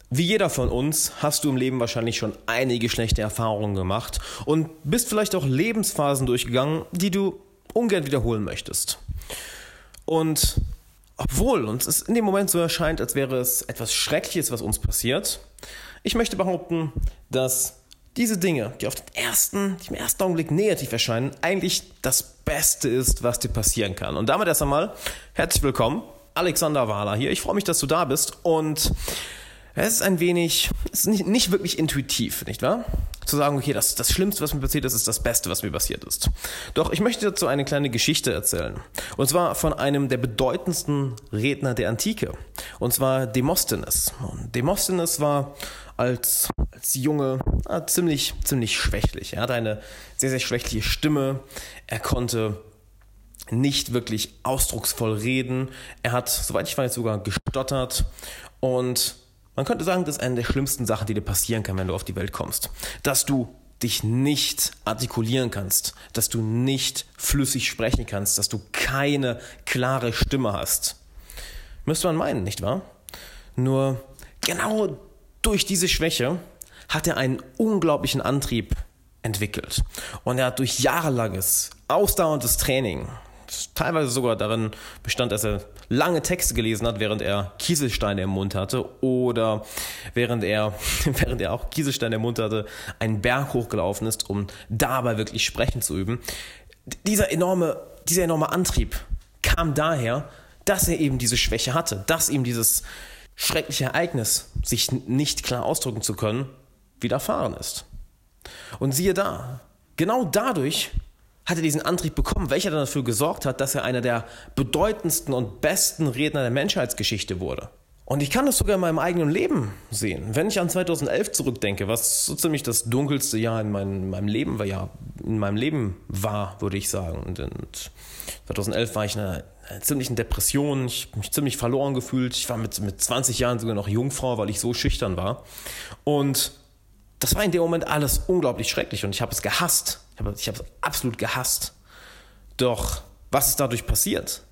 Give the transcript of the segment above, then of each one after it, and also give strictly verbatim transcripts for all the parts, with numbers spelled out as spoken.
Wie jeder von uns hast du im Leben wahrscheinlich schon einige schlechte Erfahrungen gemacht und bist vielleicht auch Lebensphasen durchgegangen, die du ungern wiederholen möchtest. Und obwohl uns es in dem Moment so erscheint, als wäre es etwas Schreckliches, was uns passiert, ich möchte behaupten, dass diese Dinge, die auf den ersten, die im ersten Augenblick negativ erscheinen, eigentlich das Beste ist, was dir passieren kann. Und damit erst einmal herzlich willkommen, Alexander Wahler hier. Ich freue mich, dass du da bist und es ist ein wenig, es ist nicht, nicht wirklich intuitiv, nicht wahr? Zu sagen, okay, das, das Schlimmste, was mir passiert ist, ist das Beste, was mir passiert ist. Doch ich möchte dazu eine kleine Geschichte erzählen. Und zwar von einem der bedeutendsten Redner der Antike. Und zwar Demosthenes. Und Demosthenes war als, als Junge ah, ziemlich, ziemlich schwächlich. Er hatte eine sehr, sehr schwächliche Stimme. Er konnte nicht wirklich ausdrucksvoll reden. Er hat, soweit ich weiß, sogar gestottert. Und man könnte sagen, das ist eine der schlimmsten Sachen, die dir passieren kann, wenn du auf die Welt kommst. Dass du dich nicht artikulieren kannst, dass du nicht flüssig sprechen kannst, dass du keine klare Stimme hast. Müsste man meinen, nicht wahr? Nur genau durch diese Schwäche hat er einen unglaublichen Antrieb entwickelt. Und er hat durch jahrelanges, ausdauerndes Training, teilweise sogar darin bestand, dass er lange Texte gelesen hat, während er Kieselsteine im Mund hatte oder während er, während er auch Kieselsteine im Mund hatte, einen Berg hochgelaufen ist, um dabei wirklich sprechen zu üben. Dieser enorme, dieser enorme Antrieb kam daher, dass er eben diese Schwäche hatte, dass ihm dieses schreckliche Ereignis, sich nicht klar ausdrücken zu können, widerfahren ist. Und siehe da, genau dadurch hat er diesen Antrieb bekommen, welcher dann dafür gesorgt hat, dass er einer der bedeutendsten und besten Redner der Menschheitsgeschichte wurde. Und ich kann das sogar in meinem eigenen Leben sehen. Wenn ich an zweitausendelf zurückdenke, was so ziemlich das dunkelste Jahr in meinem, in meinem Leben war, ja, in meinem Leben war, würde ich sagen. Und, und zweitausendelf war ich in einer, einer ziemlichen Depression, ich habe mich ziemlich verloren gefühlt. Ich war mit, mit zwanzig Jahren sogar noch Jungfrau, weil ich so schüchtern war. Und das war in dem Moment alles unglaublich schrecklich und ich habe es gehasst. Ich habe es absolut gehasst. Doch was ist dadurch passiert?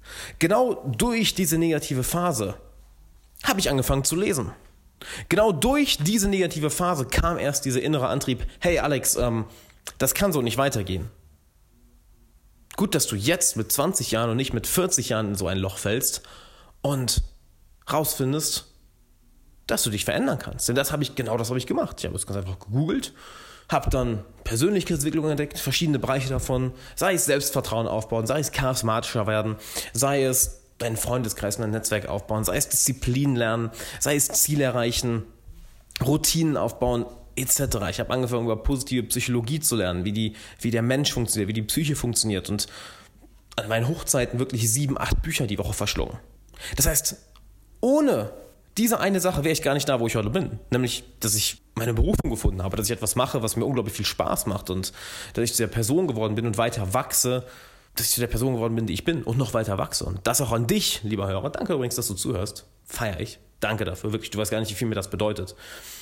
Genau durch diese negative Phase habe ich angefangen zu lesen. Genau durch diese negative Phase kam erst dieser innere Antrieb, hey Alex, ähm, das kann so nicht weitergehen. Gut, dass du jetzt mit zwanzig Jahren und nicht mit vierzig Jahren in so ein Loch fällst und rausfindest, dass du dich verändern kannst. Denn das habe ich, genau das habe ich gemacht. Ich habe es ganz einfach gegoogelt, habe dann Persönlichkeitsentwicklung entdeckt, verschiedene Bereiche davon, sei es Selbstvertrauen aufbauen, sei es charismatischer werden, sei es deinen Freundeskreis und dein Netzwerk aufbauen, sei es Disziplin lernen, sei es Ziele erreichen, Routinen aufbauen, et cetera. Ich habe angefangen, über positive Psychologie zu lernen, wie, die, wie der Mensch funktioniert, wie die Psyche funktioniert und an meinen Hochzeiten wirklich sieben, acht Bücher die Woche verschlungen. Das heißt, ohne diese eine Sache wäre ich gar nicht da, wo ich heute bin. Nämlich, dass ich meine Berufung gefunden habe, dass ich etwas mache, was mir unglaublich viel Spaß macht und dass ich zu der Person geworden bin und weiter wachse, dass ich zu der Person geworden bin, die ich bin und noch weiter wachse. Und das auch an dich, lieber Hörer. Danke übrigens, dass du zuhörst. Feier ich. Danke dafür. Wirklich, du weißt gar nicht, wie viel mir das bedeutet.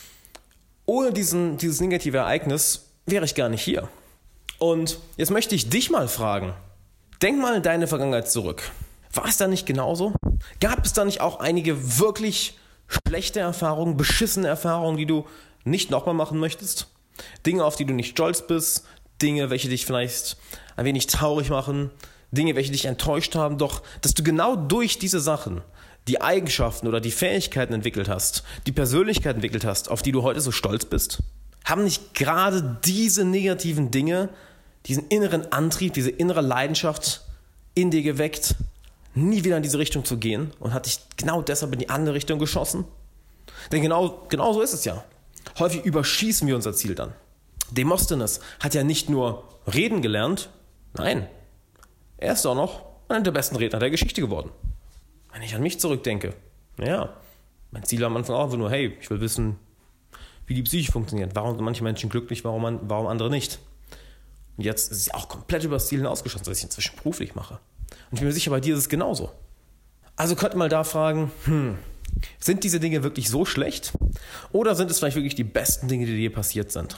Ohne diesen, dieses negative Ereignis wäre ich gar nicht hier. Und jetzt möchte ich dich mal fragen. Denk mal in deine Vergangenheit zurück. War es da nicht genauso? Gab es da nicht auch einige wirklich schlechte Erfahrungen, beschissene Erfahrungen, die du nicht nochmal machen möchtest? Dinge, auf die du nicht stolz bist, Dinge, welche dich vielleicht ein wenig traurig machen, Dinge, welche dich enttäuscht haben, doch dass du genau durch diese Sachen die Eigenschaften oder die Fähigkeiten entwickelt hast, die Persönlichkeit entwickelt hast, auf die du heute so stolz bist? Haben nicht gerade diese negativen Dinge, diesen inneren Antrieb, diese innere Leidenschaft in dir geweckt, nie wieder in diese Richtung zu gehen und hat dich genau deshalb in die andere Richtung geschossen? Denn genau, genau so ist es ja. Häufig überschießen wir unser Ziel dann. Demosthenes hat ja nicht nur reden gelernt, nein, er ist auch noch einer der besten Redner der Geschichte geworden. Wenn ich an mich zurückdenke, naja, mein Ziel war am Anfang auch einfach nur, hey, ich will wissen, wie die Psyche funktioniert. Warum sind manche Menschen glücklich, warum, man, warum andere nicht? Und jetzt ist es auch komplett über das Ziel hinausgeschossen, was ich inzwischen beruflich mache. Und ich bin mir sicher, bei dir ist es genauso. Also könnte man da fragen, hm, sind diese Dinge wirklich so schlecht? Oder sind es vielleicht wirklich die besten Dinge, die dir passiert sind?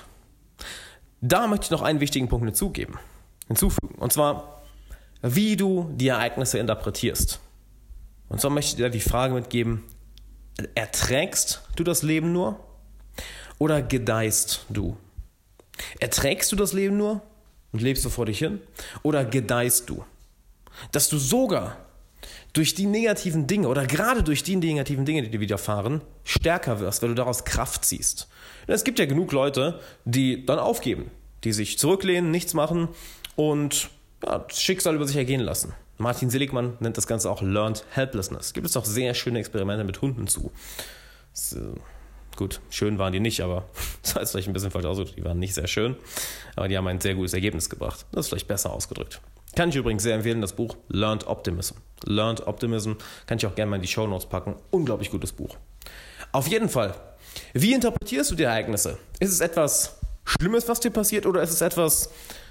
Da möchte ich noch einen wichtigen Punkt hinzugeben, hinzufügen. Und zwar, wie du die Ereignisse interpretierst. Und zwar möchte ich dir die Frage mitgeben, Erträgst du das Leben nur oder gedeihst du? Erträgst du das Leben nur und lebst du vor dich hin oder gedeihst du? Dass du sogar durch die negativen Dinge oder gerade durch die negativen Dinge, die dir widerfahren, stärker wirst, weil du daraus Kraft ziehst. Denn es gibt ja genug Leute, die dann aufgeben, die sich zurücklehnen, nichts machen und ja, das Schicksal über sich ergehen lassen. Martin Seligmann nennt das Ganze auch Learned Helplessness. Gibt es auch sehr schöne Experimente mit Hunden zu. Das, äh, gut, schön waren die nicht, aber das heißt vielleicht ein bisschen falsch ausgedrückt. Die waren nicht sehr schön, aber die haben ein sehr gutes Ergebnis gebracht. Das ist vielleicht besser ausgedrückt. Kann ich übrigens sehr empfehlen, das Buch Learned Optimism. Learned Optimism kann ich auch gerne mal in die Shownotes packen. Unglaublich gutes Buch. Auf jeden Fall, wie interpretierst du die Ereignisse? Ist es etwas Schlimmes, was dir passiert, oder ist es etwas,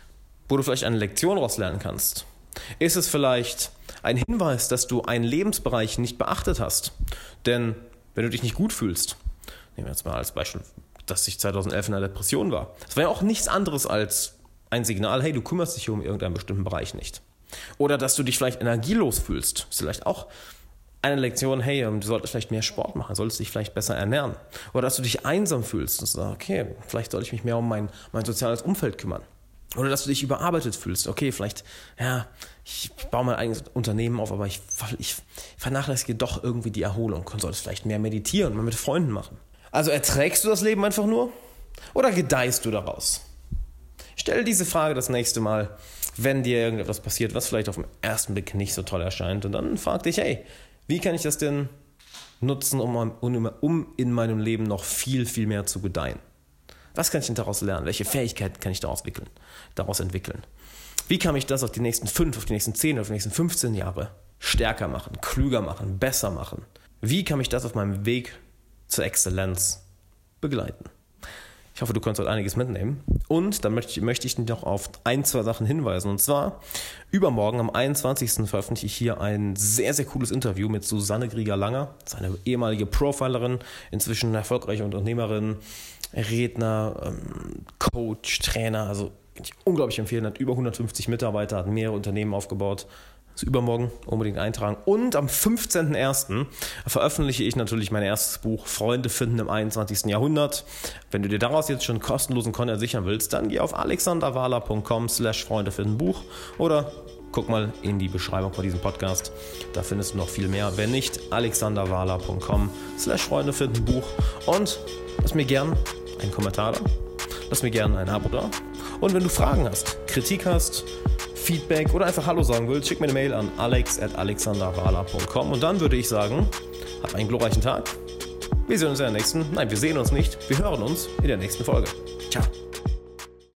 wo du vielleicht eine Lektion daraus lernen kannst? Ist es vielleicht ein Hinweis, dass du einen Lebensbereich nicht beachtet hast? Denn wenn du dich nicht gut fühlst, nehmen wir jetzt mal als Beispiel, dass ich zweitausendelf in einer Depression war. Das war ja auch nichts anderes als ein Signal, hey, du kümmerst dich hier um irgendeinen bestimmten Bereich nicht. Oder dass du dich vielleicht energielos fühlst. Das ist vielleicht auch eine Lektion, hey, du solltest vielleicht mehr Sport machen, solltest dich vielleicht besser ernähren. Oder dass du dich einsam fühlst und sagst, okay, vielleicht sollte ich mich mehr um mein, mein soziales Umfeld kümmern. Oder dass du dich überarbeitet fühlst. Okay, vielleicht, ja, ich baue mein eigenes Unternehmen auf, aber ich, ich vernachlässige doch irgendwie die Erholung und solltest vielleicht mehr meditieren, mehr mit Freunden machen. Also erträgst du das Leben einfach nur oder gedeihst du daraus? Stell diese Frage das nächste Mal, wenn dir irgendetwas passiert, was vielleicht auf den ersten Blick nicht so toll erscheint. Und dann frag dich, hey, wie kann ich das denn nutzen, um, um, um in meinem Leben noch viel, viel mehr zu gedeihen? Was kann ich denn daraus lernen? Welche Fähigkeiten kann ich daraus entwickeln? Daraus entwickeln? Wie kann ich das auf die nächsten fünf, auf die nächsten zehn, auf die nächsten fünfzehn Jahre stärker machen, klüger machen, besser machen? Wie kann ich das auf meinem Weg zur Exzellenz begleiten? Ich hoffe, du konntest dort einiges mitnehmen. Und dann möchte ich, möchte ich dich noch auf ein, zwei Sachen hinweisen. Und zwar, übermorgen am einundzwanzigsten veröffentliche ich hier ein sehr, sehr cooles Interview mit Susanne Grieger-Langer. Das ist eine ehemalige Profilerin, inzwischen erfolgreiche Unternehmerin, Redner, Coach, Trainer. Also kann ich unglaublich empfehlen. Hat über hundertfünfzig Mitarbeiter, hat mehrere Unternehmen aufgebaut. Also übermorgen unbedingt eintragen. Und am fünfzehnten ersten veröffentliche ich natürlich mein erstes Buch Freunde finden im einundzwanzigsten Jahrhundert. Wenn du dir daraus jetzt schon kostenlosen Content sichern willst, dann geh auf alexanderwahler.com slash Freunde finden Buch oder guck mal in die Beschreibung von diesem Podcast. Da findest du noch viel mehr. Wenn nicht, alexanderwahler.com slash Freunde finden Buch. Und lass mir gern einen Kommentar da. Lass mir gerne ein Abo da. Und wenn du Fragen hast, Kritik hast, Feedback oder einfach Hallo sagen willst, schick mir eine Mail an alex at alexanderwahler punkt com und dann würde ich sagen, hab einen glorreichen Tag. Wir sehen uns in der nächsten, nein, wir sehen uns nicht, wir hören uns in der nächsten Folge. Ciao.